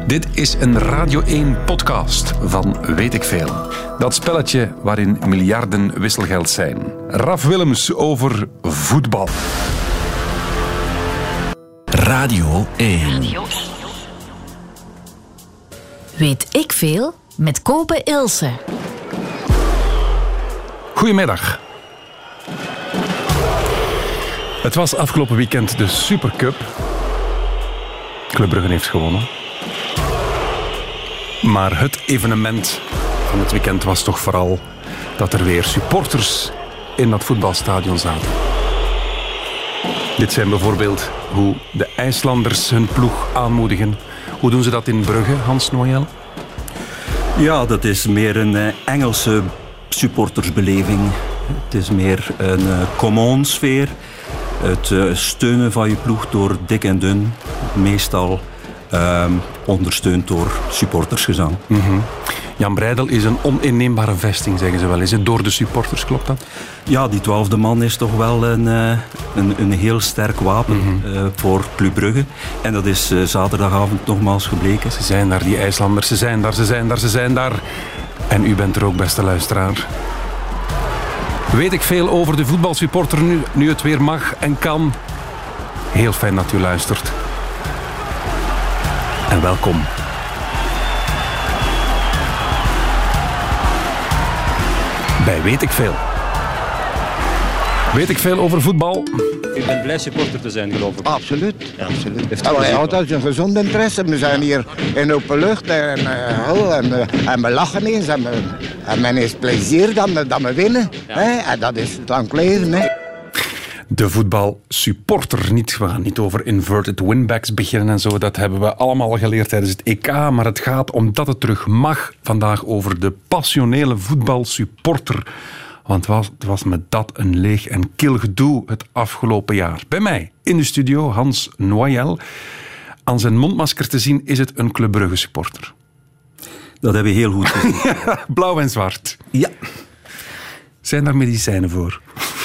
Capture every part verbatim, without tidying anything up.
Dit is een Radio één podcast van Weet ik Veel. Dat spelletje waarin miljarden wisselgeld zijn. Raf Willems over voetbal. Radio één. Weet ik Veel met Kobe Ilse. Goedemiddag. Het was afgelopen weekend de Supercup. Club Brugge heeft gewonnen. Maar het evenement van het weekend was toch vooral dat er weer supporters in dat voetbalstadion zaten. Dit zijn bijvoorbeeld hoe de IJslanders hun ploeg aanmoedigen. Hoe doen ze dat in Brugge, Hans Noël? Ja, dat is meer een uh, Engelse supportersbeleving. Het is meer een uh, common sfeer. Het uh, steunen van je ploeg door dik en dun. Meestal uh, ondersteund door supportersgezang. Mm-hmm. Jan Breidel is een oninneembare vesting, zeggen ze wel. Is het door de supporters, klopt dat? Ja, die twaalfde man is toch wel een, uh, een, een heel sterk wapen mm-hmm. uh, voor Club Brugge. En dat is uh, zaterdagavond nogmaals gebleken. Ze zijn daar, die IJslanders. Ze zijn daar, ze zijn daar, ze zijn daar. En u bent er ook, beste luisteraar. Weet ik veel over de voetbalsupporter nu, nu het weer mag en kan. Heel fijn dat u luistert. En welkom. Bij Weet ik Veel. Weet ik veel over voetbal? U bent blij supporter te zijn, geloof ik. Absoluut, absoluut. Ja, wij hadden altijd een gezond interesse. We zijn hier in open lucht en, uh, en, uh, en we lachen eens en, we, en men is plezier dat we, dat we winnen. Ja. Hè? En dat is het lang leven. Hè? De voetbalsupporter. Niet, we gaan niet over inverted winbacks beginnen en zo. Dat hebben we allemaal geleerd tijdens het E K. Maar het gaat, omdat het terug mag, vandaag over de passionele voetbalsupporter. Want het was, het was met dat een leeg en kil gedoe het afgelopen jaar. Bij mij in de studio Hans Noël. Aan zijn mondmasker te zien is het een Club Brugge supporter. Dat hebben we heel goed gezien. Blauw en zwart. Ja. Zijn daar medicijnen voor?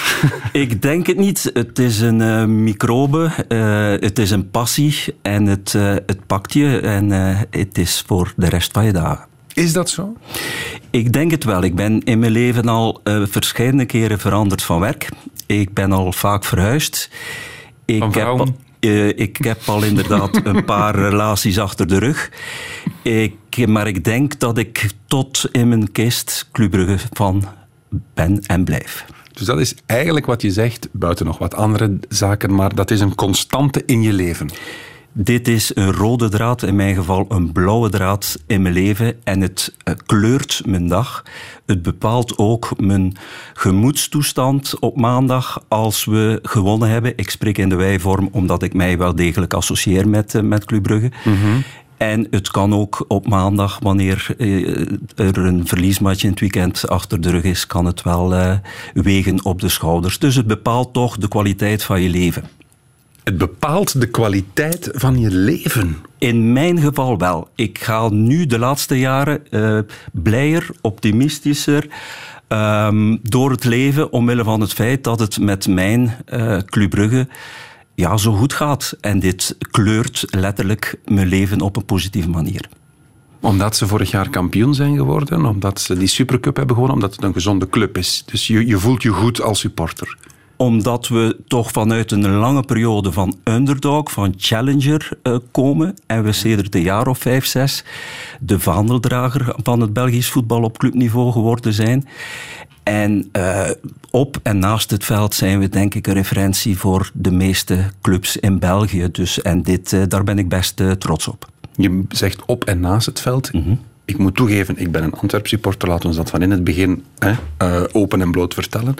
Ik denk het niet. Het is een uh, microbe, uh, het is een passie en het, uh, het pakt je en uh, het is voor de rest van je dagen. Is dat zo? Ik denk het wel. Ik ben in mijn leven al uh, verschillende keren veranderd van werk. Ik ben al vaak verhuisd. Ik van heb al, uh, ik heb al inderdaad een paar relaties achter de rug. Ik, maar ik denk dat ik tot in mijn kist Club Brugge van ben en blijf. Dus dat is eigenlijk wat je zegt, buiten nog wat andere zaken, maar dat is een constante in je leven. Dit is een rode draad, in mijn geval een blauwe draad in mijn leven. En het kleurt mijn dag. Het bepaalt ook mijn gemoedstoestand op maandag als we gewonnen hebben. Ik spreek in de wijvorm omdat ik mij wel degelijk associeer met, met Club Brugge. Mm-hmm. En het kan ook op maandag, wanneer er een verliesmatch in het weekend achter de rug is, kan het wel uh, wegen op de schouders. Dus het bepaalt toch de kwaliteit van je leven. Het bepaalt de kwaliteit van je leven? In mijn geval wel. Ik ga nu de laatste jaren uh, blijer, optimistischer um, door het leven, omwille van het feit dat het met mijn uh, Club Brugge ja, zo goed gaat. En dit kleurt letterlijk mijn leven op een positieve manier. Omdat ze vorig jaar kampioen zijn geworden, omdat ze die Supercup hebben gewonnen, omdat het een gezonde club is. Dus je, je voelt je goed als supporter. Omdat we toch vanuit een lange periode van underdog, van challenger uh, komen. En we sedert een jaar of vijf, zes de vaandeldrager van het Belgisch voetbal op clubniveau geworden zijn. En uh, op en naast het veld zijn we denk ik een referentie voor de meeste clubs in België. Dus, en dit, uh, daar ben ik best uh, trots op. Je zegt op en naast het veld. Mm-hmm. Ik moet toegeven, ik ben een Antwerp supporter. Laten we dat van in het begin hè, uh, open en bloot vertellen.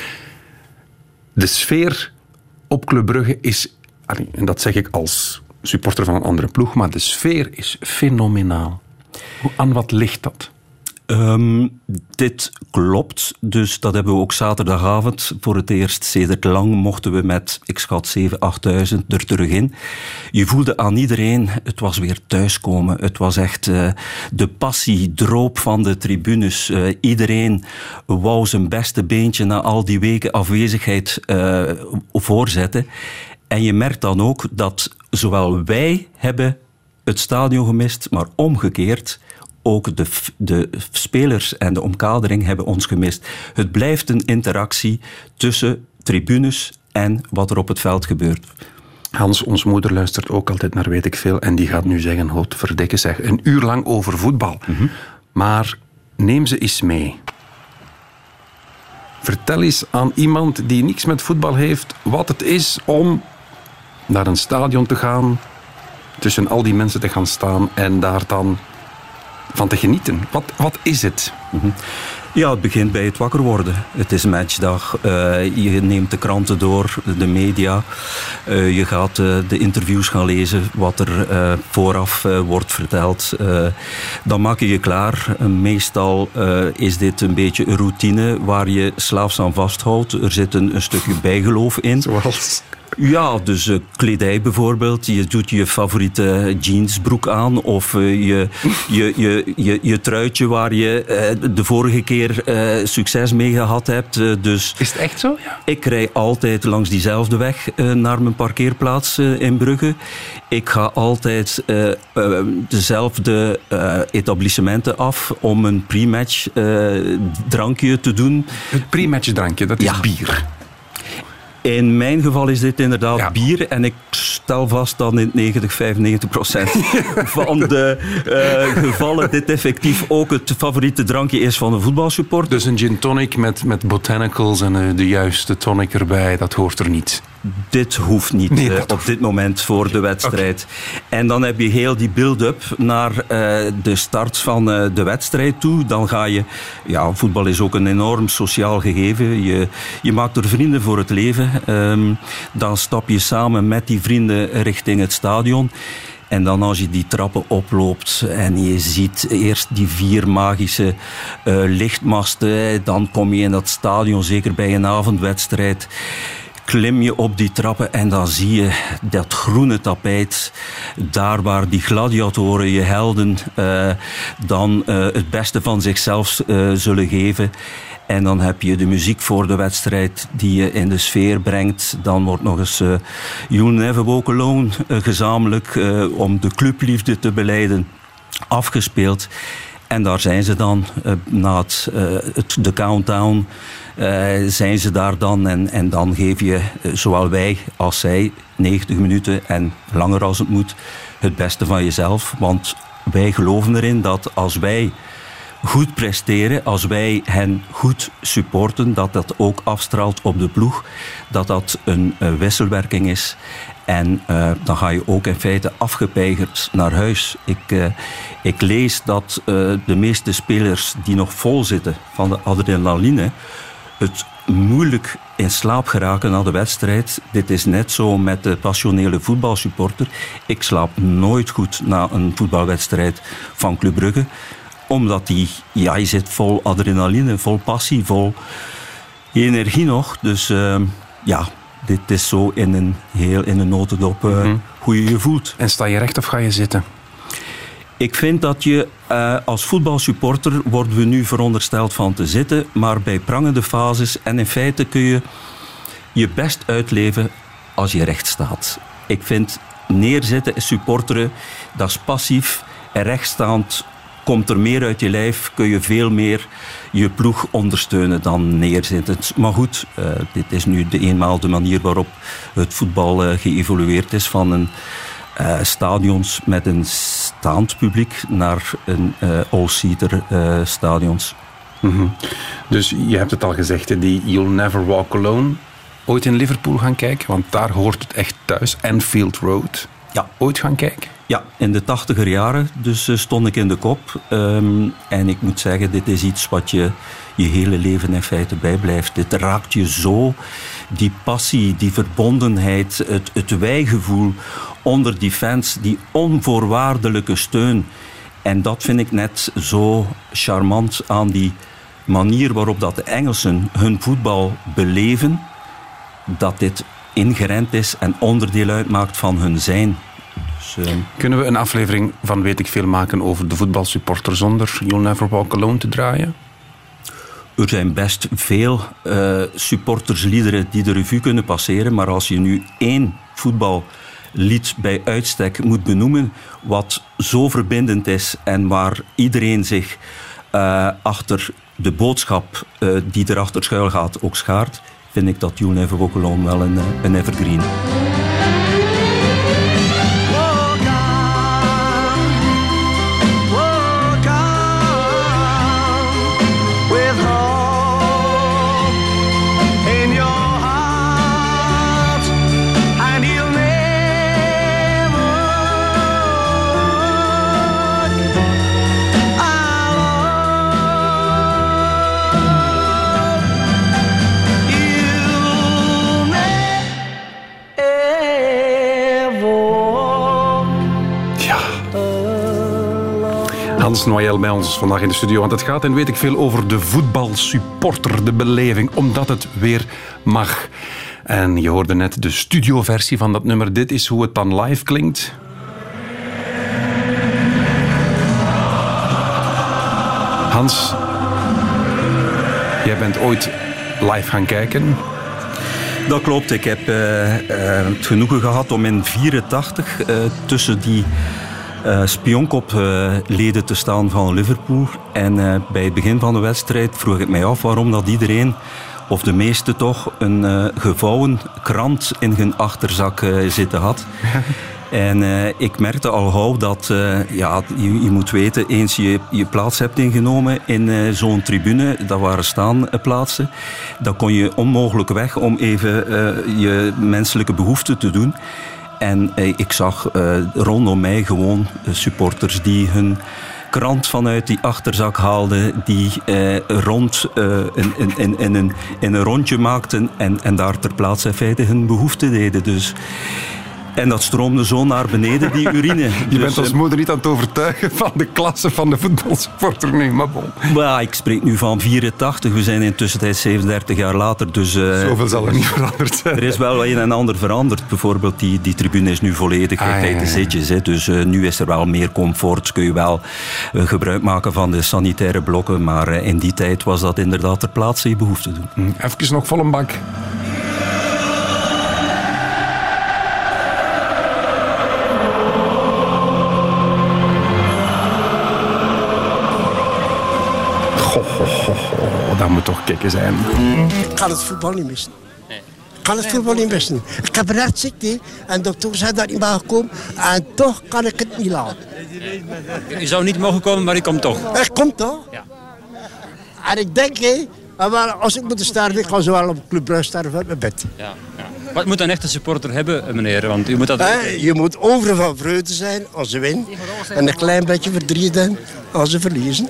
De sfeer op Club Brugge is, en dat zeg ik als supporter van een andere ploeg, maar de sfeer is fenomenaal. Aan wat ligt dat? Um, dit klopt, dus dat hebben we ook zaterdagavond voor het eerst sedert lang mochten we met, ik schat zeven, achtduizend er terug in. Je voelde aan iedereen, het was weer thuiskomen. Het was echt uh, de passie droop van de tribunes. Uh, iedereen wou zijn beste beentje na al die weken afwezigheid uh, voorzetten. En je merkt dan ook dat zowel wij hebben het stadion gemist, maar omgekeerd, ook de, de spelers en de omkadering hebben ons gemist. Het blijft een interactie tussen tribunes en wat er op het veld gebeurt. Hans, ons moeder, luistert ook altijd naar Weet ik Veel en die gaat nu zeggen, houd verdikke zeg, een uur lang over voetbal. Mm-hmm. Maar neem ze eens mee. Vertel eens aan iemand die niks met voetbal heeft wat het is om naar een stadion te gaan, tussen al die mensen te gaan staan en daar dan van te genieten. Wat, wat is het? Mm-hmm. Ja, het begint bij het wakker worden. Het is matchdag. Uh, je neemt de kranten door, de media. Uh, je gaat uh, de interviews gaan lezen, wat er uh, vooraf uh, wordt verteld. Uh, dan maak je je klaar. Uh, meestal uh, is dit een beetje een routine waar je slaafs aan vasthoudt. Er zit een, een stukje bijgeloof in. Zoals? Ja, dus uh, kledij bijvoorbeeld. Je doet je favoriete jeansbroek aan of uh, je, je, je, je, je truitje waar je uh, de vorige keer uh, succes mee gehad hebt. Uh, dus is het echt zo? Ja. Ik rij altijd langs diezelfde weg uh, naar mijn parkeerplaats uh, in Brugge. Ik ga altijd uh, uh, dezelfde uh, etablissementen af om een pre-match uh, drankje te doen. Het pre-match drankje, dat is ja. bier. In mijn geval is dit inderdaad ja. bier. En ik stel vast dat in negentig, vijfennegentig procent van de uh, gevallen dit effectief ook het favoriete drankje is van een voetbalsupporter. Dus een gin tonic met, met botanicals en uh, de juiste tonic erbij, dat hoort er niet. Dit hoeft niet nee, uh, op hoeft. dit moment voor de wedstrijd. Okay. En dan heb je heel die build-up naar uh, de start van uh, de wedstrijd toe. Dan ga je... Ja, voetbal is ook een enorm sociaal gegeven. Je, je maakt er vrienden voor het leven. Um, dan stap je samen met die vrienden richting het stadion. En dan als je die trappen oploopt en je ziet eerst die vier magische uh, lichtmasten, dan kom je in dat stadion, zeker bij een avondwedstrijd, klim je op die trappen en dan zie je dat groene tapijt, daar waar die gladiatoren, je helden, uh, dan uh, het beste van zichzelf uh, zullen geven. En dan heb je de muziek voor de wedstrijd die je in de sfeer brengt. Dan wordt nog eens uh, You'll Never Walk Alone uh, gezamenlijk uh, om de clubliefde te belijden afgespeeld. En daar zijn ze dan, uh, na het, uh, het, de countdown, uh, zijn ze daar dan. En, en dan geef je, uh, zowel wij als zij, negentig minuten en langer als het moet, het beste van jezelf. Want wij geloven erin dat als wij goed presteren, als wij hen goed supporten, dat dat ook afstraalt op de ploeg, dat dat een uh, wisselwerking is. En uh, dan ga je ook in feite afgepeigerd naar huis. Ik, uh, ik lees dat uh, de meeste spelers die nog vol zitten van de adrenaline het moeilijk in slaap geraken na de wedstrijd. Dit is net zo met de passionele voetbalsupporter. Ik slaap nooit goed na een voetbalwedstrijd van Club Brugge, omdat die, ja, je zit vol adrenaline, vol passie, vol energie nog. Dus uh, ja, dit is zo in een heel in een notendop uh, mm-hmm. hoe je je voelt. En sta je recht of ga je zitten? Ik vind dat je uh, als voetbalsupporter worden we nu verondersteld van te zitten, maar bij prangende fases en in feite kun je je best uitleven als je recht staat. Ik vind neerzitten en supporteren, dat is passief, en rechtstaand komt er meer uit je lijf, kun je veel meer je ploeg ondersteunen dan neerzitten. Maar goed, uh, dit is nu de eenmaal de manier waarop het voetbal uh, geëvolueerd is van een uh, stadions met een staand publiek naar een uh, all-seater uh, stadions. Mm-hmm. Dus je hebt het al gezegd, hè, die You'll Never Walk Alone. Ooit in Liverpool gaan kijken, want daar hoort het echt thuis. Anfield Road. Ja. Ooit gaan kijken? Ja, in de tachtiger jaren. Dus uh, stond ik in de kop. Um, en ik moet zeggen, dit is iets wat je je hele leven in feite bijblijft. Dit raakt je zo. Die passie, die verbondenheid, het, het wijgevoel onder die fans, die onvoorwaardelijke steun. En dat vind ik net zo charmant aan die manier waarop dat de Engelsen hun voetbal beleven, dat dit ingerend is en onderdeel uitmaakt van hun zijn. Dus, uh... Kunnen we een aflevering van Weet ik Veel maken over de voetbalsupporter zonder You'll Never Walk Alone te draaien? Er zijn best veel uh, supportersliederen die de revue kunnen passeren, maar als je nu één voetballied lied bij uitstek moet benoemen, wat zo verbindend is en waar iedereen zich uh, achter de boodschap uh, die erachter schuil gaat ook schaart, vind ik dat You'll Never Walk Alone wel een, een evergreen. Hans Noël bij ons vandaag in de studio, want het gaat en weet ik veel over de voetbalsupporter, de beleving, omdat het weer mag. En je hoorde net de studioversie van dat nummer. Dit is hoe het dan live klinkt. Hans, jij bent ooit live gaan kijken. Dat klopt. Ik heb uh, uh, het genoegen gehad om in vierentachtig uh, tussen die uh, spionkop-leden uh, te staan van Liverpool. En uh, bij het begin van de wedstrijd vroeg ik mij af waarom dat iedereen, of de meeste toch, een uh, gevouwen krant in hun achterzak uh, zitten had. En uh, ik merkte al gauw dat uh, ja, je, je moet weten, eens je je plaats hebt ingenomen in uh, zo'n tribune, dat waren staanplaatsen, dan kon je onmogelijk weg om even uh, je menselijke behoeften te doen. En uh, ik zag uh, rondom mij gewoon uh, supporters die hun krant vanuit die achterzak haalden, die uh, rond uh, in, in, in, in, een, in een rondje maakten en, en daar ter plaatse in feite hun behoeften deden. Dus en dat stroomde zo naar beneden, die urine. Je dus, bent als moeder niet aan het overtuigen van de klasse van de voetbalsupporter nu, maar bon. Ja, ik spreek nu van vierentachtig. We zijn intussen zevenendertig jaar later. Dus, uh, Zoveel zal er niet veranderd zijn. Er is wel een en ander veranderd. Bijvoorbeeld, die, die tribune is nu volledig ah, ja, ja, ja. zitjes. Hè. Dus uh, nu is er wel meer comfort. Kun je wel uh, gebruik maken van de sanitaire blokken. Maar uh, in die tijd was dat inderdaad ter plaatse je behoefte doen. Mm, even nog vol een bak. Oh, dat moet toch kicken zijn. Ik kan het voetbal niet missen. Ik kan het voetbal niet missen. Ik heb een hartziekte en de dokter zei dat ik niet mag komen. En toch kan ik het niet laten. Je zou niet mogen komen, maar ik kom toch. Ik kom toch? Ja. En ik denk, hé, als ik moet sterven, ik ga zo wel op Club Brugge sterven uit mijn bed. Ja, ja. Wat moet een echte supporter hebben, meneer? Want u moet dat... He, je moet overal van vreugde zijn als ze winnen. En een klein beetje verdriet als ze verliezen.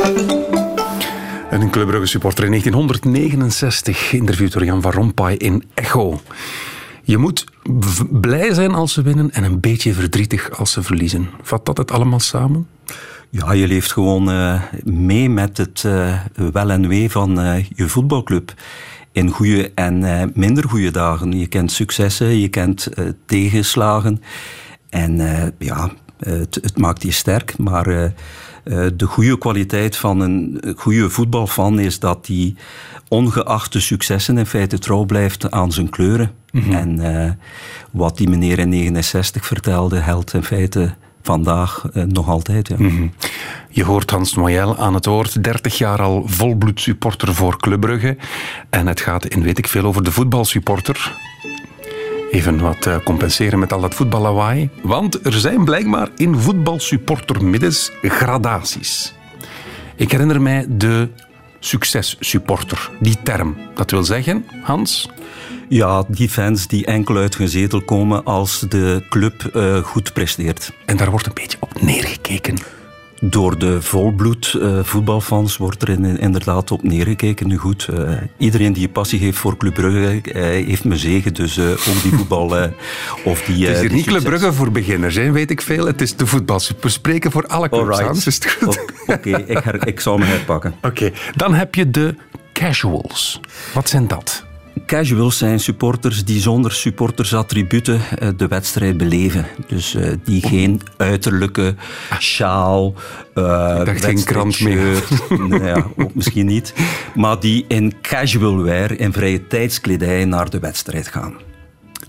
Een Club Brugge supporter in negentienhonderdnegenenzestig, interviewd door Jan van Rompuy in Echo. Je moet v- blij zijn als ze winnen en een beetje verdrietig als ze verliezen. Vat dat het allemaal samen? Ja, je leeft gewoon uh, mee met het uh, wel en wee van uh, je voetbalclub. In goede en uh, minder goede dagen. Je kent successen, je kent uh, tegenslagen. En uh, ja, uh, het, het maakt je sterk, maar... Uh, Uh, de goede kwaliteit van een goede voetbalfan is dat hij ongeacht de successen in feite trouw blijft aan zijn kleuren. Mm-hmm. En uh, wat die meneer in negenenzestig vertelde, geldt in feite vandaag uh, nog altijd. Ja. Mm-hmm. Je hoort Hans Noël aan het woord, dertig jaar al volbloed supporter voor Club Brugge. En het gaat in weet ik veel over de voetbalsupporter. Even wat uh, compenseren met al dat voetballawaai. Want er zijn blijkbaar in voetbalsupportermiddens gradaties. Ik herinner mij de successupporter, die term. Dat wil zeggen, Hans? Ja, die fans die enkel uit hun zetel komen als de club uh, goed presteert. En daar wordt een beetje op neergekeken. Door de volbloed uh, voetbalfans wordt er in, inderdaad op neergekeken. Nu goed, uh, iedereen die passie heeft voor Club Brugge uh, heeft me zegen. Dus uh, ook die voetbal... Uh, of die, uh, het is hier niet Club Brugge voor beginners, hè? Weet ik veel. Het is de voetbal. We spreken voor alle clubs. Right. Is het goed? Oké, okay, ik, her, ik zal me herpakken. Oké, okay. Dan heb je de casuals. Wat zijn dat? Casuals zijn supporters die zonder supportersattributen uh, de wedstrijd beleven. Dus uh, die geen uiterlijke sjaal, uh, ik dacht geen krant meer. nou ja, ook misschien niet. Maar die in casual wear, in vrije tijdskledij, naar de wedstrijd gaan.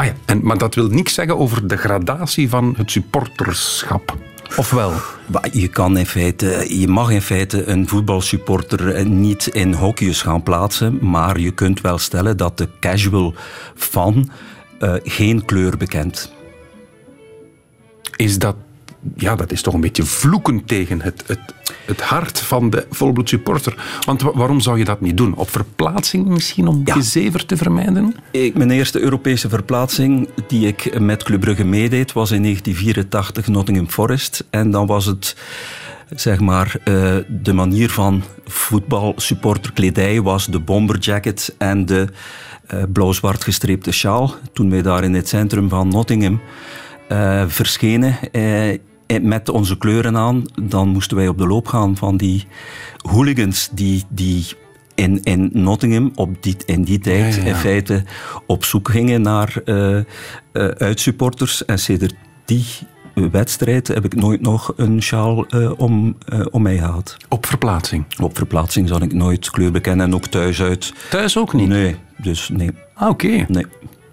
Ah ja, en, maar dat wil niks zeggen over de gradatie van het supporterschap. Of wel? Je, kan in feite, je mag in feite een voetbalsupporter niet in hokjes gaan plaatsen, maar je kunt wel stellen dat de casual fan uh, geen kleur bekent. Is dat... Ja, dat is toch een beetje vloeken tegen het, het, het hart van de volbloed supporter. Want wa- waarom zou je dat niet doen? Op verplaatsing misschien, om Ja. gezever te vermijden? Ik, mijn eerste Europese verplaatsing die ik met Club Brugge meedeed was in negentien vierentachtig Nottingham Forest. En dan was het, zeg maar, uh, de manier van voetbalsupporterkledij was de bomberjacket en de uh, blauw-zwart gestreepte sjaal. Toen wij daar in het centrum van Nottingham uh, verschenen... Uh, met onze kleuren aan, dan moesten wij op de loop gaan van die hooligans die, die in, in Nottingham op die, in die tijd ja, ja, ja. in feite op zoek gingen naar uh, uh, uitsupporters. En sedert die wedstrijd heb ik nooit nog een sjaal uh, om, uh, om mij gehad. Op verplaatsing? Op verplaatsing zal ik nooit kleur bekennen en ook thuis uit. Thuis ook niet? Nee, dus nee. Ah, oké. Okay. Nee.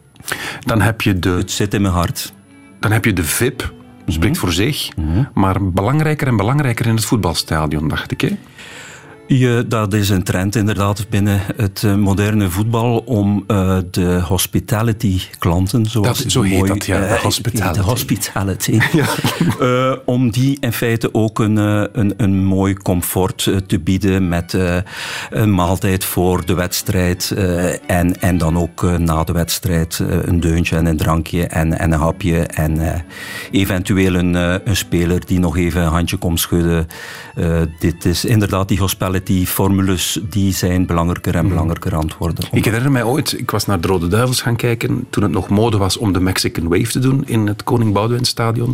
Dan heb je de... Het zit in mijn hart. Dan heb je de V I P... spreekt voor zich, mm-hmm. maar belangrijker en belangrijker in het voetbalstadion, dacht ik. Hè? Ja, dat is een trend inderdaad binnen het uh, moderne voetbal om uh, de hospitality-klanten, zoals dat, zo heet mooi, dat, ja, de hospitality. De hospitality. Ja. uh, om die in feite ook een, uh, een, een mooi comfort uh, te bieden met uh, een maaltijd voor de wedstrijd uh, en, en dan ook uh, na de wedstrijd uh, een deuntje en een drankje en, en een hapje en uh, eventueel een, uh, een speler die nog even een handje komt schudden. Uh, dit is inderdaad die hospitality. Die formules die zijn belangrijker en belangrijker aan het worden. Ik herinner mij ooit, ik was naar de Rode Duivels gaan kijken toen het nog mode was om de Mexican Wave te doen in het Koning Boudewijn Stadion.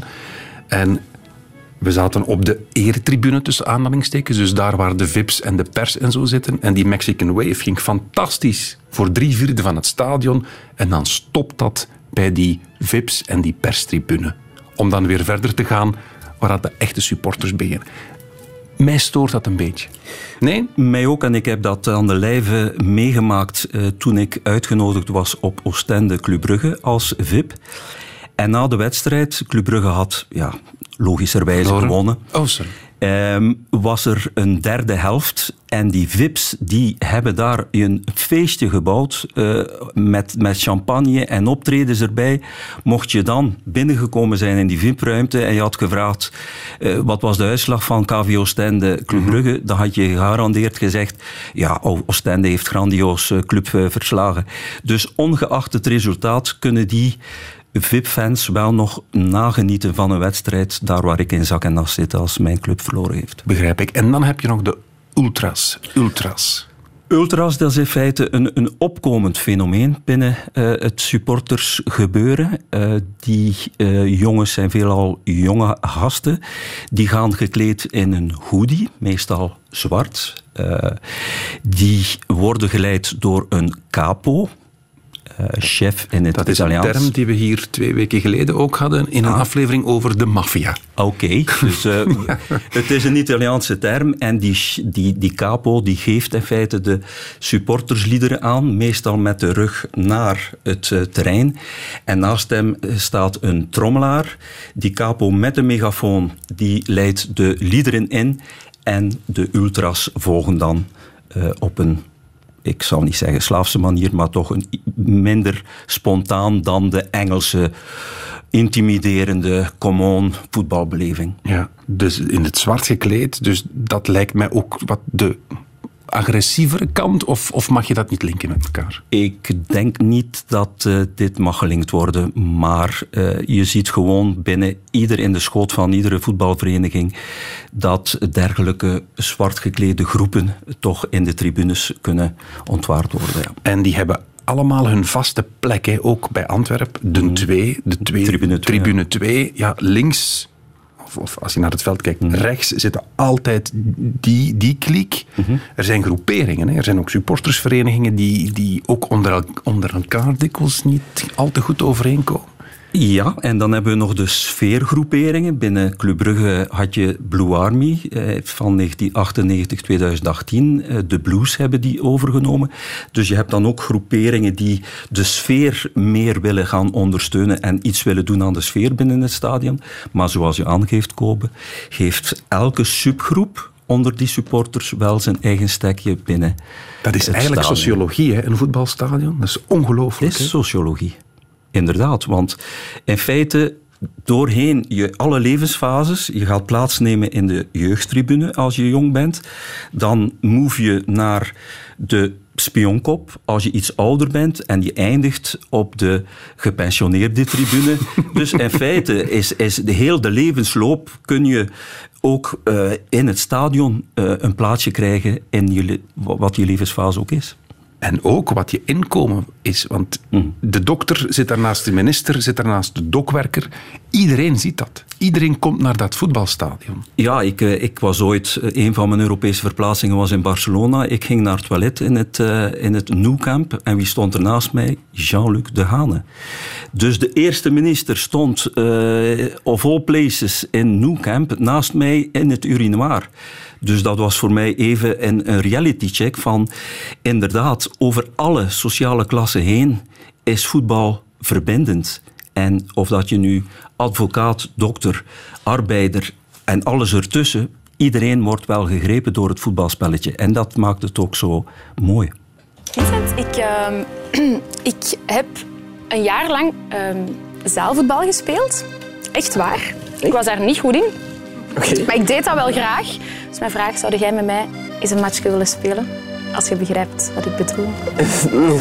En we zaten op de eretribune tussen aanhalingstekens, dus daar waar de V I P's en de pers en zo zitten. En die Mexican Wave ging fantastisch voor drie vierde van het stadion. En dan stopt dat bij die V I P's en die perstribune. Om dan weer verder te gaan waar de echte supporters beginnen. Mij stoort dat een beetje. Nee? Mij ook, en ik heb dat aan de lijve meegemaakt uh, toen ik uitgenodigd was op Oostende Club Brugge als V I P. En na de wedstrijd, Club Brugge had ja, logischerwijze Verloren. gewonnen. Oh, sorry. Um, was er een derde helft en die V I P's die hebben daar een feestje gebouwd uh, met, met champagne en optredens erbij. Mocht je dan binnengekomen zijn in die V I P-ruimte en je had gevraagd uh, wat was de uitslag van K V Oostende Club Brugge, mm-hmm. dan had je gegarandeerd gezegd ja, Oostende heeft grandioos uh, club uh, verslagen. Dus ongeacht het resultaat kunnen die V I P-fans wel nog nagenieten van een wedstrijd daar waar ik in zak en as zit als mijn club verloren heeft. Begrijp ik. En dan heb je nog de ultras. Ultras. Ultras, dat is in feite een, een opkomend fenomeen binnen uh, het supportersgebeuren. Uh, die uh, jongens zijn veelal jonge gasten. Die gaan gekleed in een hoodie, meestal zwart. Uh, die worden geleid door een capo. Uh, chef in het dat is Italiaans. een term die we hier twee weken geleden ook hadden in een ah. aflevering over de maffia. Oké, okay, dus uh, ja. Het is een Italiaanse term en die, die, die capo die geeft in feite de supportersliederen aan, meestal met de rug naar het uh, terrein. En naast hem staat een trommelaar. Die capo met een megafoon die leidt de liederen in en de ultras volgen dan uh, op een, ik zou niet zeggen slaafse manier, maar toch een minder spontaan dan de Engelse intimiderende common voetbalbeleving. Ja, dus in het zwart gekleed, dus dat lijkt mij ook wat de agressievere kant, of, of mag je dat niet linken met elkaar? Ik denk niet dat uh, dit mag gelinkt worden, maar uh, je ziet gewoon binnen ieder in de schoot van iedere voetbalvereniging dat dergelijke zwart geklede groepen toch in de tribunes kunnen ontwaard worden. Ja. En die hebben allemaal hun vaste plek, hè? Ook bij Antwerpen. De twee, de twee, tribune twee, tribune twee ja. ja, links, of, of als je naar het veld kijkt, mm. rechts zitten altijd die, die kliek. Mm-hmm. Er zijn groeperingen, hè? Er zijn ook supportersverenigingen die, die ook onder, el- onder elkaar dikwijls niet al te goed overeenkomen. Ja, en dan hebben we nog de sfeergroeperingen. Binnen Club Brugge had je Blue Army eh, van negentien achtennegentig tot twintig achttien. Eh, de Blues hebben die overgenomen. Dus je hebt dan ook groeperingen die de sfeer meer willen gaan ondersteunen en iets willen doen aan de sfeer binnen het stadion. Maar zoals je aangeeft, Kobe, heeft elke subgroep onder die supporters wel zijn eigen stekje binnen. Dat is eigenlijk stadion. Sociologie, hè, een voetbalstadion. Dat is ongelooflijk. Het is hè? Sociologie. Inderdaad, want in feite doorheen je alle levensfases, je gaat plaatsnemen in de jeugdtribune als je jong bent, dan move je naar de spionkop als je iets ouder bent en je eindigt op de gepensioneerde tribune. Dus in feite is, is de hele de levensloop kun je ook uh, in het stadion uh, een plaatsje krijgen in je, wat je levensfase ook is. En ook wat je inkomen is. Want de dokter zit daar naast de minister, zit daar naast de dokwerker. Iedereen ziet dat. Iedereen komt naar dat voetbalstadion. Ja, ik, ik was ooit... Een van mijn Europese verplaatsingen was in Barcelona. Ik ging naar het toilet in het, uh, in het Nou Camp. En wie stond er naast mij? Jean-Luc Dehaene. Dus de eerste minister stond uh, of all places in Nou Camp naast mij in het urinoir. Dus dat was voor mij even een, een reality check van... Inderdaad, over alle sociale klassen heen is voetbal verbindend. En of dat je nu advocaat, dokter, arbeider en alles ertussen... Iedereen wordt wel gegrepen door het voetbalspelletje. En dat maakt het ook zo mooi. Vincent, ik, uh, ik heb een jaar lang uh, zaalvoetbal gespeeld. Echt waar. Ik was daar niet goed in. Okay. Maar ik deed dat wel graag. Dus mijn vraag, zou jij met mij eens een matchje willen spelen? Als je begrijpt wat ik bedoel. uh,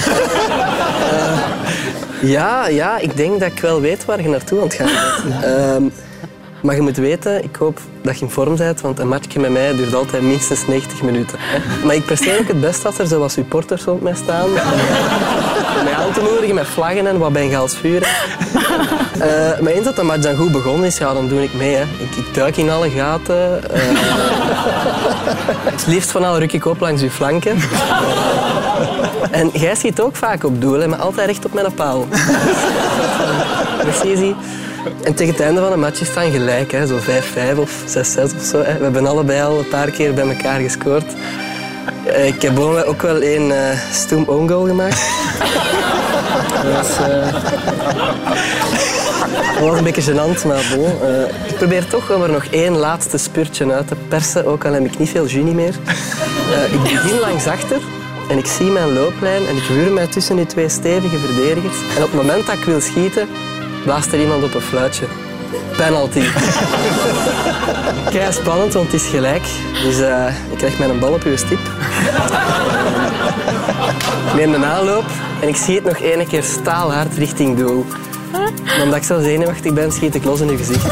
ja, ja, ik denk dat ik wel weet waar je naartoe aan het gaan bent. Uh, maar je moet weten, ik hoop dat je in vorm bent, want een matchje met mij duurt altijd minstens negentig minuten. Hè. Maar ik presteer ook het best als er zo wat supporters rond mij staan. Om mij aan te moedigen met vlaggen en wat Bengaals vuren. Uh, maar eens dat de match dan goed begonnen is, ja, dan doe ik mee. Hè. Ik, ik duik in alle gaten. Uh, het liefst van al ruk ik op langs uw flanken. En jij schiet ook vaak op doel, hè, maar altijd recht op mijn paal. Precies. En tegen het einde van de match is het dan gelijk, hè, zo vijf vijf of zes zes of zo. Hè. We hebben allebei al een paar keer bij elkaar gescoord. Uh, ik heb ook wel een uh, stoem own goal gemaakt. Dat was, uh... dat was een beetje gênant, maar bon. Uh, ik probeer toch om er nog één laatste spurtje uit te persen, ook al heb ik niet veel juni meer. Uh, ik begin langs achter en ik zie mijn looplijn en ik wuur mij tussen die twee stevige verdedigers. En op het moment dat ik wil schieten, blaast er iemand op een fluitje. Penalty. Kei spannend, want het is gelijk. Dus uh, ik krijg mijn bal op uw stip. Ik neem de aanloop en ik schiet nog één keer staalhard richting doel. En omdat ik zo zenuwachtig ben, schiet ik los in uw gezicht.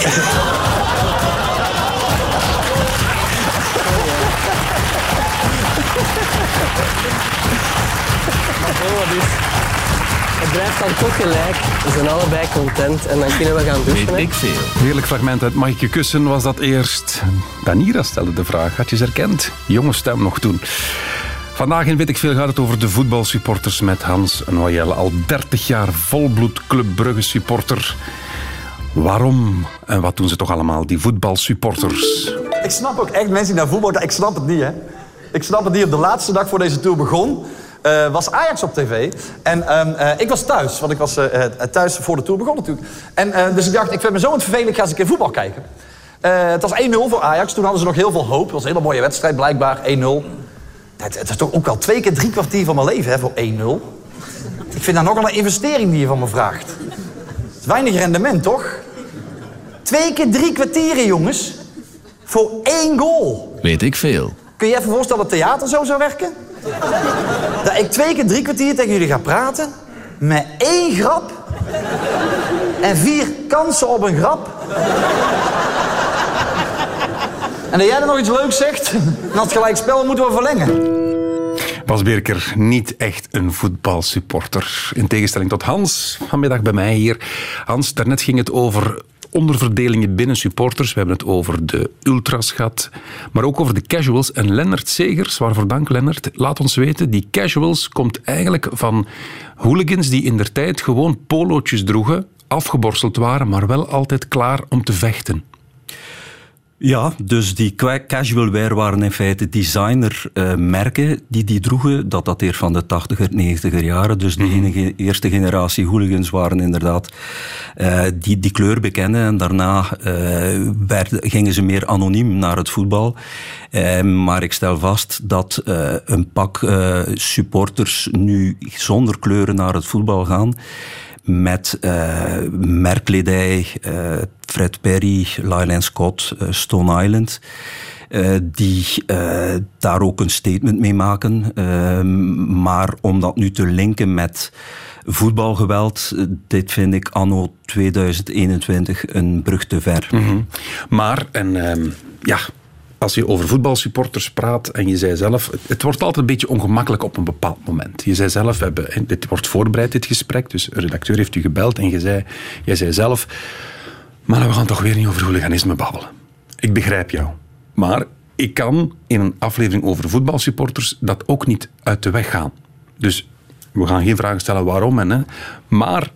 Het blijft dan toch gelijk. We zijn allebei content en dan kunnen we gaan douchen. Weet ik veel. Heerlijk fragment uit Mag ik je kussen was dat eerst. Danira stelde de vraag. Had je ze herkend? Jonge stem nog toen. Vandaag in Weet ik veel gaat het over de voetbalsupporters met Hans Noyelle. Al dertig jaar volbloed Club Brugge supporter. Waarom en wat doen ze toch allemaal, die voetbalsupporters? Ik snap ook echt mensen die naar voetbal... Ik snap het niet, hè. Ik snap het niet. Op de laatste dag voor deze tour begon... Uh, was Ajax op tv. En um, uh, ik was thuis, want ik was uh, thuis voor de tour begon natuurlijk. En, uh, dus ik dacht, ik vind me zo vervelend, ik ga eens een keer voetbal kijken. Uh, het was één nul voor Ajax, toen hadden ze nog heel veel hoop. Het was een hele mooie wedstrijd, blijkbaar, één nul. Het, het is toch ook wel twee keer drie kwartier van mijn leven, hè, voor één nul. Ik vind dat nogal een investering die je van me vraagt. Het is weinig rendement, toch? Twee keer drie kwartieren, jongens. Voor één goal. Weet ik veel. Kun je even voorstellen dat theater zo zou werken? Dat ik twee keer drie kwartier tegen jullie ga praten... met één grap... en vier kansen op een grap... en dat jij er nog iets leuks zegt... en dat gelijk spel moeten we verlengen. Bas Birker, niet echt een voetbalsupporter. In tegenstelling tot Hans, vanmiddag bij mij hier. Hans, daarnet ging het over... onderverdelingen binnen supporters. We hebben het over de ultras gehad, maar ook over de casuals. En Lennart Segers, waarvoor dank Lennart, laat ons weten, die casuals komt eigenlijk van hooligans die indertijd gewoon polootjes droegen afgeborsteld waren, maar wel altijd klaar om te vechten. Ja, dus die casual wear waren in feite designermerken uh, die die droegen. Dat dateert van de tachtiger, negentiger jaren. Dus die mm-hmm. eerste generatie hooligans waren inderdaad uh, die die kleur bekenden. En daarna uh, werden, gingen ze meer anoniem naar het voetbal. Uh, maar ik stel vast dat uh, een pak uh, supporters nu zonder kleuren naar het voetbal gaan. Met uh, merkkledij, uh, Fred Perry, Lyle Scott, uh, Stone Island, uh, die uh, daar ook een statement mee maken. Uh, maar om dat nu te linken met voetbalgeweld, uh, dit vind ik anno tweeduizend eenentwintig een brug te ver. Mm-hmm. Maar, en uh, ja... Als je over voetbalsupporters praat en je zei zelf... Het wordt altijd een beetje ongemakkelijk op een bepaald moment. Je zei zelf, we hebben, dit wordt voorbereid, dit gesprek, dus een redacteur heeft u gebeld en je zei, jij zei zelf... Maar we gaan toch weer niet over hooliganisme babbelen. Ik begrijp jou. Maar ik kan in een aflevering over voetbalsupporters dat ook niet uit de weg gaan. Dus we gaan geen vragen stellen waarom. En, hè. Maar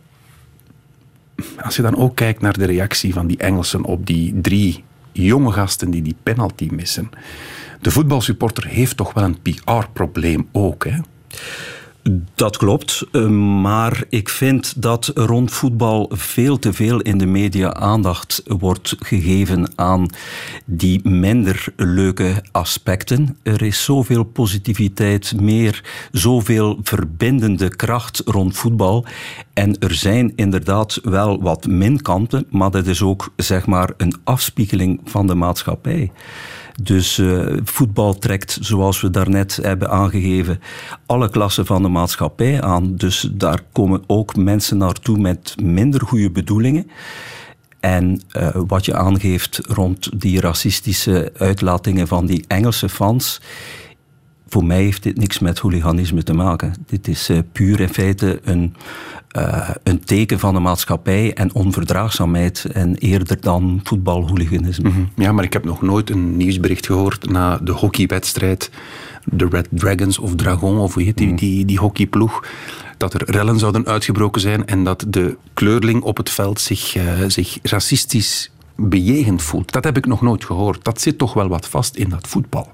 als je dan ook kijkt naar de reactie van die Engelsen op die drie... jonge gasten die die penalty missen. De voetbalsupporter heeft toch wel een P R-probleem ook, hè? Dat klopt, maar ik vind dat rond voetbal veel te veel in de media aandacht wordt gegeven aan die minder leuke aspecten. Er is zoveel positiviteit meer, zoveel verbindende kracht rond voetbal. En er zijn inderdaad wel wat minkanten, maar dat is ook zeg maar een afspiegeling van de maatschappij. Dus uh, voetbal trekt, zoals we daarnet hebben aangegeven, alle klassen van de maatschappij aan. Dus daar komen ook mensen naartoe met minder goede bedoelingen. En uh, wat je aangeeft rond die racistische uitlatingen van die Engelse fans... Voor mij heeft dit niks met hooliganisme te maken. Dit is uh, puur in feite een, uh, een teken van de maatschappij en onverdraagzaamheid en eerder dan voetbalhooliganisme. Mm-hmm. Ja, maar ik heb nog nooit een nieuwsbericht gehoord na de hockeywedstrijd, de Red Dragons of Dragon, of hoe heet die, mm. die, die hockeyploeg, dat er rellen zouden uitgebroken zijn en dat de kleurling op het veld zich, uh, zich racistisch bejegend voelt. Dat heb ik nog nooit gehoord. Dat zit toch wel wat vast in dat voetbal.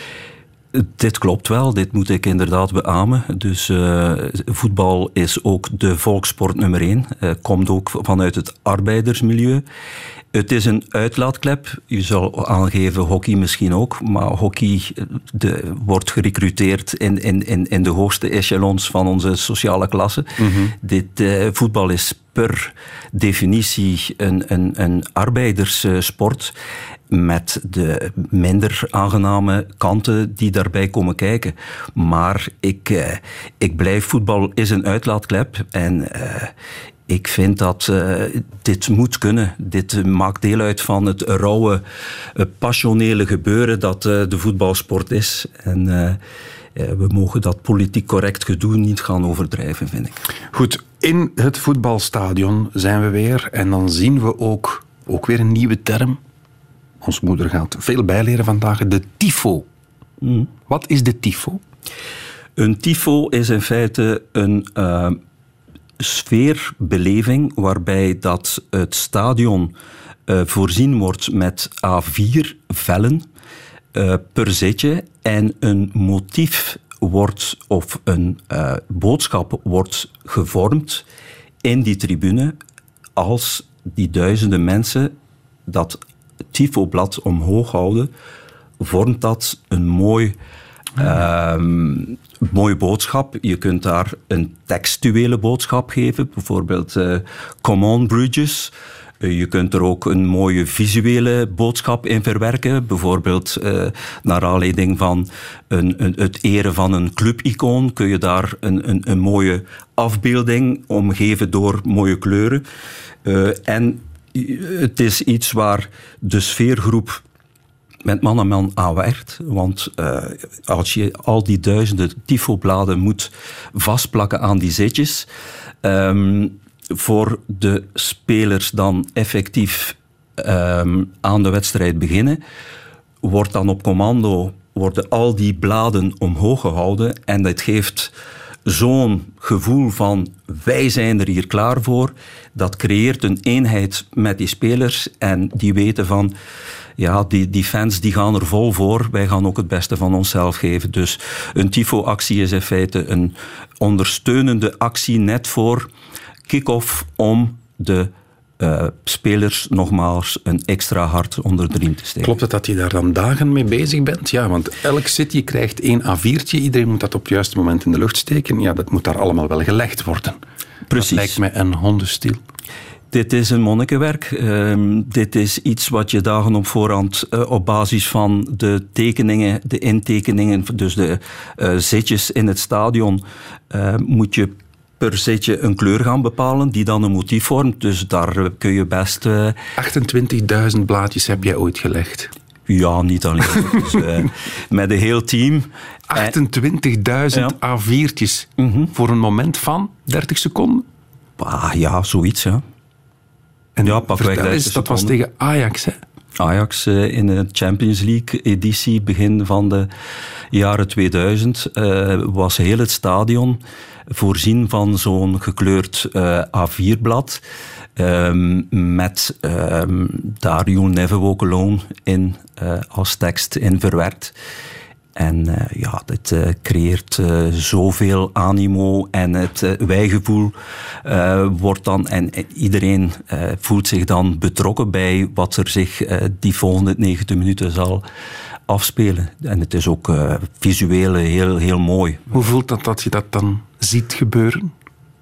Dit klopt wel, dit moet ik inderdaad beamen. Dus uh, voetbal is ook de volkssport nummer één. Uh, komt ook vanuit het arbeidersmilieu. Het is een uitlaatklep. U zal aangeven hockey misschien ook. Maar hockey de, wordt gerecruiteerd in, in, in, in de hoogste echelons van onze sociale klasse. Mm-hmm. Dit uh, voetbal is per definitie een, een, een arbeiderssport. Met de minder aangename kanten die daarbij komen kijken. Maar ik, uh, ik blijf, voetbal is een uitlaatklep. En uh, ik vind dat uh, dit moet kunnen. Dit maakt deel uit van het rauwe, uh, passionele gebeuren dat uh, de voetbalsport is. En uh, uh, we mogen dat politiek correct gedoe niet gaan overdrijven, vind ik. Goed, in het voetbalstadion zijn we weer. En dan zien we ook, ook weer een nieuwe term. Ons moeder gaat veel bijleren vandaag. De tifo. Mm. Wat is de tifo? Een tifo is in feite een uh, sfeerbeleving waarbij dat het stadion uh, voorzien wordt met A vier vellen uh, per zitje en een motief wordt of een uh, boodschap wordt gevormd in die tribune als die duizenden mensen dat tifoblad omhoog houden, vormt dat een mooi, uh, mooie boodschap. Je kunt daar een textuele boodschap geven, bijvoorbeeld uh, Come on Bridges. Uh, je kunt er ook een mooie visuele boodschap in verwerken, bijvoorbeeld uh, naar aanleiding van een, een, het eren van een clubicoon kun je daar een, een, een mooie afbeelding omgeven door mooie kleuren. Uh, en het is iets waar de sfeergroep met man en man aan werkt. Want uh, als je al die duizenden tifobladen moet vastplakken aan die zitjes, um, voor de spelers dan effectief um, aan de wedstrijd beginnen, wordt dan op commando worden al die bladen omhoog gehouden en dat geeft zo'n gevoel van wij zijn er hier klaar voor, dat creëert een eenheid met die spelers en die weten van ja, die, die fans die gaan er vol voor, wij gaan ook het beste van onszelf geven. Dus een tifo-actie is in feite een ondersteunende actie net voor kick-off om de Uh, spelers nogmaals een extra hart onder de riem te steken. Klopt het dat je daar dan dagen mee bezig bent? Ja, want elk City krijgt één A viertje. Iedereen moet dat op het juiste moment in de lucht steken. Ja, dat moet daar allemaal wel gelegd worden. Precies. Dat lijkt mij een hondenstiel. Dit is een monnikenwerk. Uh, dit is iets wat je dagen op voorhand uh, op basis van de tekeningen, de intekeningen, dus de uh, zitjes in het stadion, uh, moet je per zitje een kleur gaan bepalen, die dan een motief vormt. Dus daar kun je best... Uh... achtentwintigduizend blaadjes heb jij ooit gelegd. Ja, niet alleen. Dus, uh, met een heel team. achtentwintigduizend ja. A viertjes Mm-hmm. voor een moment van dertig seconden? Ah, ja, zoiets, ja. En ja, pak weg eens, dat seconden. was tegen Ajax, hè? Ajax uh, in de Champions League-editie, begin van de jaren tweeduizend, uh, was heel het stadion voorzien van zo'n gekleurd uh, A vier blad um, met um, daar You'll Never Walk Alone in uh, als tekst in verwerkt. En uh, ja, dit uh, creëert uh, zoveel animo en het uh, wijgevoel uh, wordt dan... En iedereen uh, voelt zich dan betrokken bij wat er zich uh, die volgende negentig minuten zal afspelen. En het is ook uh, visueel heel, heel mooi. Hoe voelt dat dat je dat dan ziet gebeuren?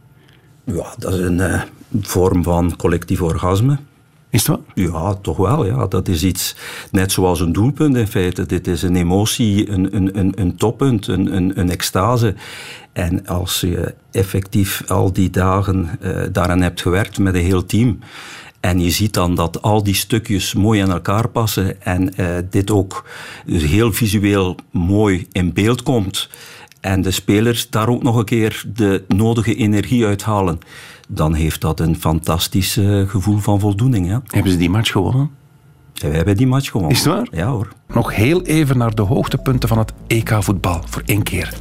Ja, dat is een uh, vorm van collectief orgasme. Is het wel? Ja, toch wel. Ja. Dat is iets, net zoals een doelpunt in feite. Dit is een emotie, een, een, een, een toppunt, een, een, een extase. En als je effectief al die dagen uh, daaraan hebt gewerkt met een heel team, en je ziet dan dat al die stukjes mooi aan elkaar passen en uh, dit ook heel visueel mooi in beeld komt en de spelers daar ook nog een keer de nodige energie uithalen, dan heeft dat een fantastisch uh, gevoel van voldoening. Ja. Hebben ze die match gewonnen? Ja, wij hebben die match gewonnen. Is het waar? Ja hoor. Nog heel even naar de hoogtepunten van het E K-voetbal, voor één keer.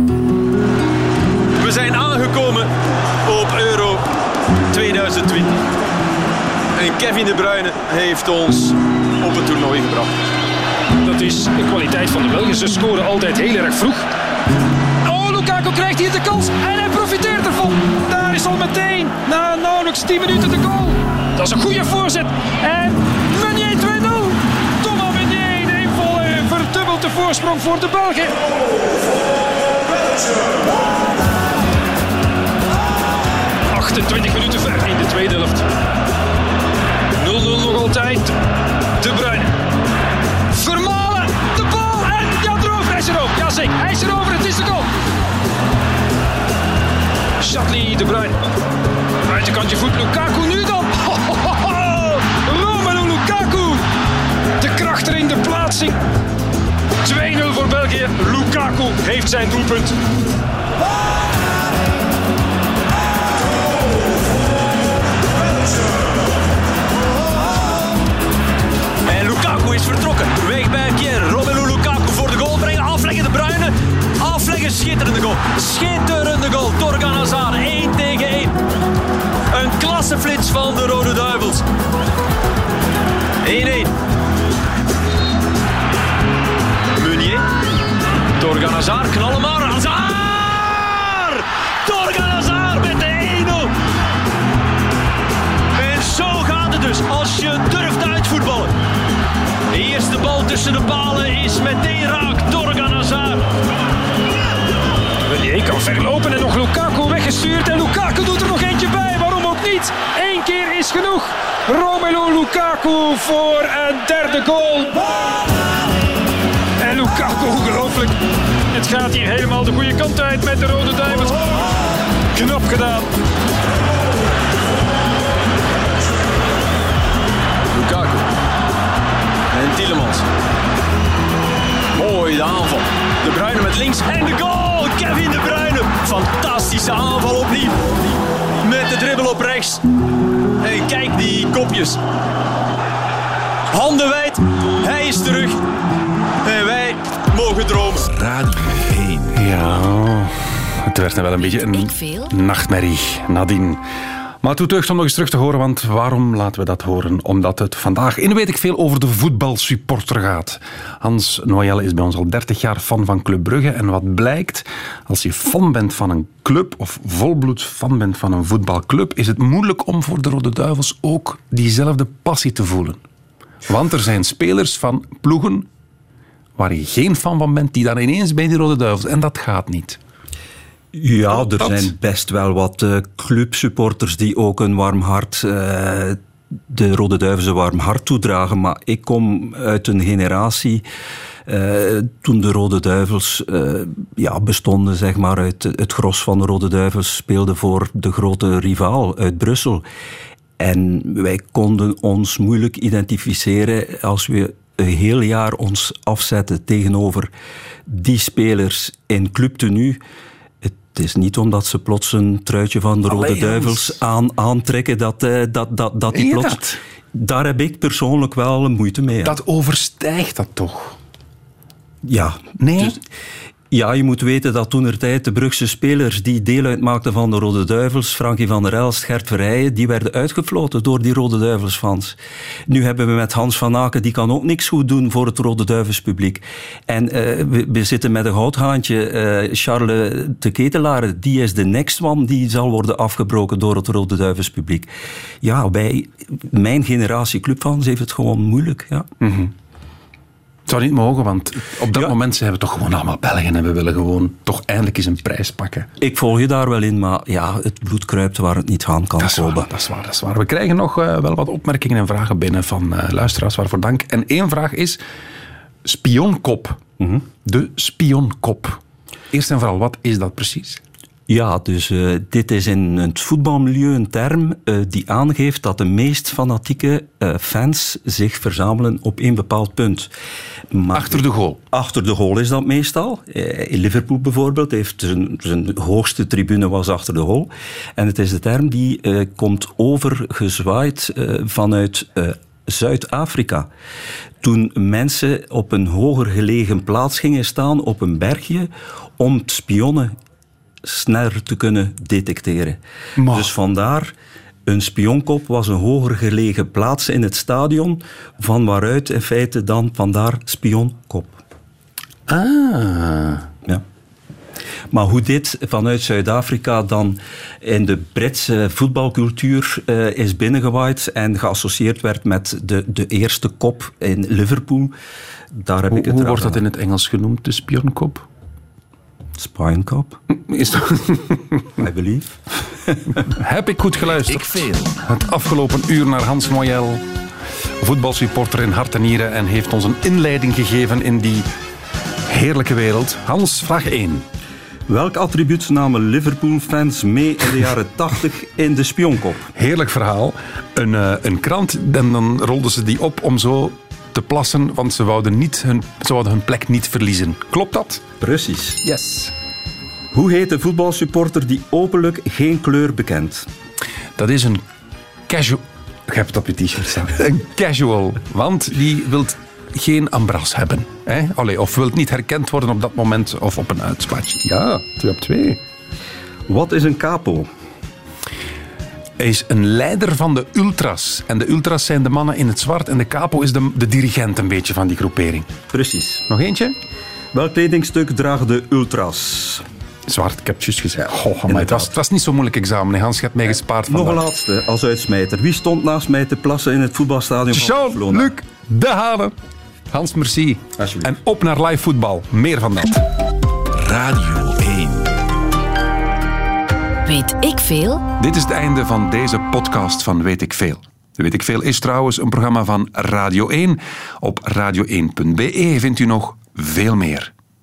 We zijn aangekomen op Euro tweeduizend twintig. En Kevin De Bruyne heeft ons op het toernooi gebracht. Dat is de kwaliteit van de Belgen. Ze scoren altijd heel erg vroeg. Oh, Lukaku krijgt hier de kans en hij profiteert ervan. Daar is al meteen, na nauwelijks tien minuten, de goal. Dat is een goede voorzet. En Meunier twee nul. Thomas Meunier, de invaller, verdubbelt de voorsprong voor de Belgen. achtentwintig minuten ver in de tweede helft. nul nul nog altijd. De Bruyne. Vermalen. De bal. En ja, erover. Hij is erover. Jazeker. Hij is erover. Het is de goal. Chatli, De Bruyne. Buitenkantje voet. Lukaku nu dan. Ho, ho, ho, ho. Romelu Lukaku. De kracht er in de plaatsing. twee nul voor België. Lukaku heeft zijn doelpunt. En Lukaku is vertrokken. Weg bij Pierre. Romelu Lukaku voor de goal brengen. Afleggen De Bruyne. Afleggen. Schitterende goal. Schitterende goal. Torgan Hazard. één tegen één. Een klasseflits van de Rode Duivels. één één. Meunier. Torgan Hazard. Knallen maar. Hazard! Torgan Hazard met de één nul. En zo gaat het dus. Als je durft uitvoetballen. De eerste bal tussen de palen is meteen raak. Torgan Hazard. Meunier kan verlopen en nog Lukaku weggestuurd. En Lukaku doet er nog eentje bij. Waarom ook niet? Eén keer is genoeg. Romelu Lukaku voor een derde goal. En Lukaku, ongelooflijk. Het gaat hier helemaal de goede kant uit met de Rode Duivels. Knap gedaan. Lukaku. En Tielemans. Mooi de aanval. De Bruyne met links en de goal. Kevin De Bruyne. Fantastische aanval opnieuw. Met de dribbel op rechts. En kijk die kopjes. Handen wijd. Hij is terug. En wij mogen dromen. Radio één. Ja, Het werd wel een beetje een nachtmerrie nadien. Maar het doet deugd om nog eens terug te horen, want waarom laten we dat horen? Omdat het vandaag in Weet ik Veel over de voetbalsupporter gaat. Hans Noëlle is bij ons al dertig jaar fan van Club Brugge. En wat blijkt, als je fan bent van een club of volbloed fan bent van een voetbalclub, is het moeilijk om voor de Rode Duivels ook diezelfde passie te voelen. Want er zijn spelers van ploegen waar je geen fan van bent, die dan ineens bij die Rode Duivels. En dat gaat niet. Ja, er zijn best wel wat uh, clubsupporters die ook een warm hart, uh, de Rode Duivels een warm hart toedragen. Maar ik kom uit een generatie uh, toen de Rode Duivels uh, ja, bestonden, zeg maar, uit het gros van de Rode Duivels speelde voor de grote rivaal uit Brussel. En wij konden ons moeilijk identificeren als we een heel jaar ons afzetten tegenover die spelers in clubtenue. Het is niet omdat ze plots een truitje van de Rode Allee, Duivels aan, aantrekken dat, uh, dat, dat, dat die plots... Dat? Daar heb ik persoonlijk wel moeite mee. Dat overstijgt dat toch? Ja. Nee? Dus, ja, je moet weten dat toentertijd de Brugse spelers die deel uitmaakten van de Rode Duivels, Frankie van der Elst, Gert Verheijen, die werden uitgefloten door die Rode Duivelsfans. Nu hebben we met Hans van Aken, die kan ook niks goed doen voor het Rode Duivelspubliek. En uh, we, we zitten met een goudhaantje, uh, Charles de Ketelaar, die is de next one, die zal worden afgebroken door het Rode Duivelspubliek. Ja, wij, mijn generatie clubfans heeft het gewoon moeilijk, ja. Mm-hmm. Het zou niet mogen, want op dat ja. moment zijn we toch gewoon allemaal Belgen en we willen gewoon toch eindelijk eens een prijs pakken. Ik volg je daar wel in, maar ja, het bloed kruipt waar het niet gaan kan. Dat is waar, dat is waar, dat is waar. We krijgen nog uh, wel wat opmerkingen en vragen binnen van uh, luisteraars, waarvoor dank. En één vraag is spionkop. Mm-hmm. De spionkop. Eerst en vooral, wat is dat precies? Ja, dus uh, dit is in het voetbalmilieu een term uh, die aangeeft dat de meest fanatieke uh, fans zich verzamelen op één bepaald punt. Maar achter de goal? Achter de goal is dat meestal. Uh, in Liverpool bijvoorbeeld, heeft zijn, zijn hoogste tribune was achter de goal. En het is de term die uh, komt overgezwaaid uh, vanuit Uh, Zuid-Afrika. Toen mensen op een hoger gelegen plaats gingen staan, op een bergje, om spionnen sneller te kunnen detecteren. Maar. Dus vandaar, een spionkop was een hoger gelegen plaats in het stadion, van waaruit in feite dan vandaar spionkop. Ah. Ja. Maar hoe dit vanuit Zuid-Afrika dan in de Britse voetbalcultuur uh, is binnengewaaid en geassocieerd werd met de, de eerste kop in Liverpool, daar heb hoe, ik het Hoe wordt aan. dat in het Engels genoemd, de spionkop? Spionkop. Is dat... I believe. Heb ik goed geluisterd? Ik veel. Het afgelopen uur naar Hans Noëlle, voetbalsupporter in hart en nieren, en heeft ons een inleiding gegeven in die heerlijke wereld. Hans, vraag één. Welk attribuut namen Liverpool-fans mee in de jaren tachtig in de spionkop? Heerlijk verhaal. Een, uh, een krant, en dan rolden ze die op om zo te plassen, want ze wouden, niet hun, ze wouden hun plek niet verliezen. Klopt dat? Precies. Yes. Hoe heet de voetbalsupporter die openlijk geen kleur bekent? Dat is een casual... Je hebt het op je t-shirt staan. Een casual, want die wil geen ambras hebben. Hè? Allee, of wil niet herkend worden op dat moment of op een uitsplaatje. Ja, twee op twee. Wat is een capo? Hij is een leider van de ultras. En de ultras zijn de mannen in het zwart en de capo is de, de dirigent een beetje van die groepering. Precies. Nog eentje? Welk kledingstuk dragen de ultras? Zwart, ik heb het juist gezegd. Oh, amai, het, was, het was niet zo'n moeilijk examen. Hans, je hebt mij gespaard vandaag. Nog een laatste, als uitsmijter. Wie stond naast mij te plassen in het voetbalstadion van Barcelona? Jean-Luc De Hane. Hans, merci. En op naar live voetbal. Meer van dat. Radio één. Weet ik veel? Dit is het einde van deze podcast van Weet ik veel. Weet ik veel is trouwens een programma van Radio één. Op radio één punt be vindt u nog veel meer.